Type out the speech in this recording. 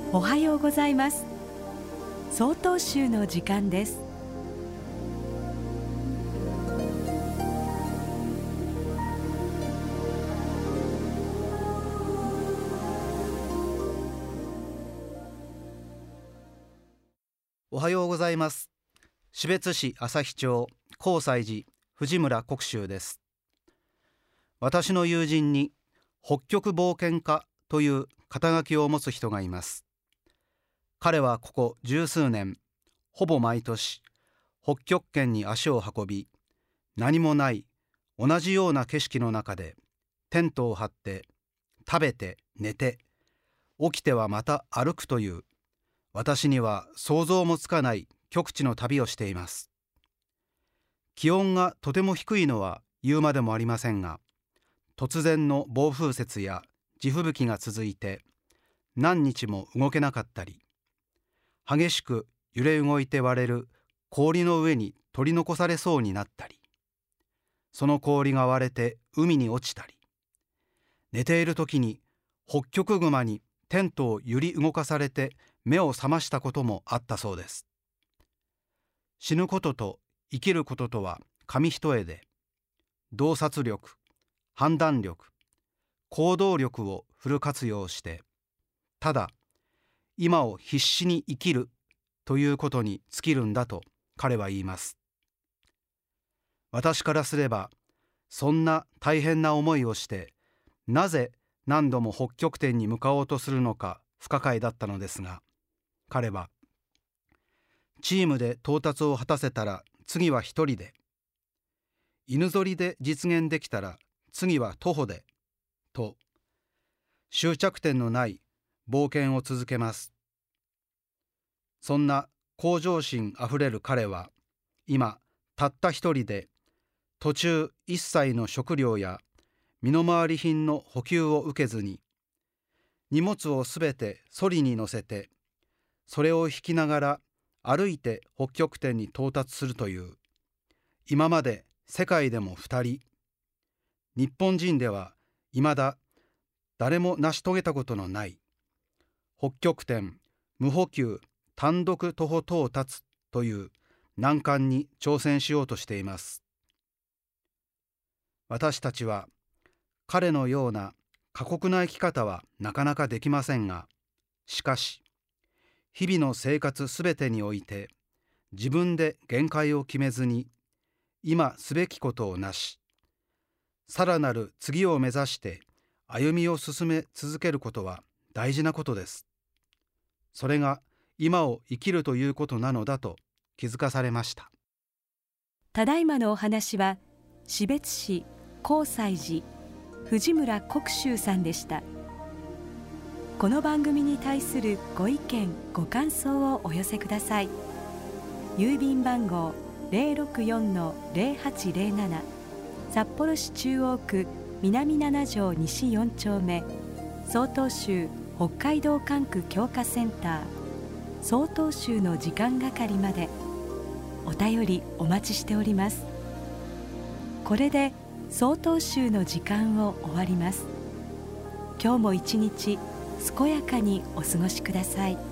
おはようございます。曹洞宗の時間です。 おはようございます。標津市旭町高西寺藤村国州です。私の友人に北極冒険家という肩書きを持つ人がいます。彼はここ十数年、ほぼ毎年北極圏に足を運び、何もない同じような景色の中でテントを張って食べて寝て起きてはまた歩くという、私には想像もつかない極地の旅をしています。気温がとても低いのは言うまでもありませんが、突然の暴風雪や地吹雪が続いて何日も動けなかったり、激しく揺れ動いて割れる氷の上に取り残されそうになったり、その氷が割れて海に落ちたり、寝ている時にホッキョクグマにテントを揺り動かされて目を覚ましたこともあったそうです。死ぬことと生きることとは紙一重で、洞察力、判断力、行動力をフル活用して、ただ今を必死に生きるということに尽きるんだと彼は言います。私からすれば、そんな大変な思いをして、なぜ何度も北極点に向かおうとするのか不可解だったのですが、彼はチームで到達を果たせたら次は一人で、犬ぞりで実現できたら次は徒歩でと、終着点のない冒険を続けます。そんな向上心あふれる彼は、今たった一人で途中一切の食料や身の回り品の補給を受けずに、荷物をすべてソリに乗せて、それを引きながら歩いて北極点に到達するという、今まで世界でも2人、日本人では未だ誰も成し遂げたことのない北極点無補給単独徒歩到達という難関に挑戦しようとしています。私たちは彼のような過酷な生き方はなかなかできませんが、しかし日々の生活すべてにおいて自分で限界を決めずに、今すべきことをなし、さらなる次を目指して歩みを進め続けることは大事なことです。それが今を生きるということなのだと気づかされました。 ただいまのお話は、標津市高西寺藤村国州さんでした。この番組に対するご意見ご感想をお寄せください。郵便番号 064-0807 札幌市中央区南7条西4丁目、曹洞宗北海道管区強化センター曹洞宗の時間係まで。お便りお待ちしております。これで曹洞宗の時間を終わります。今日も一日健やかにお過ごしください。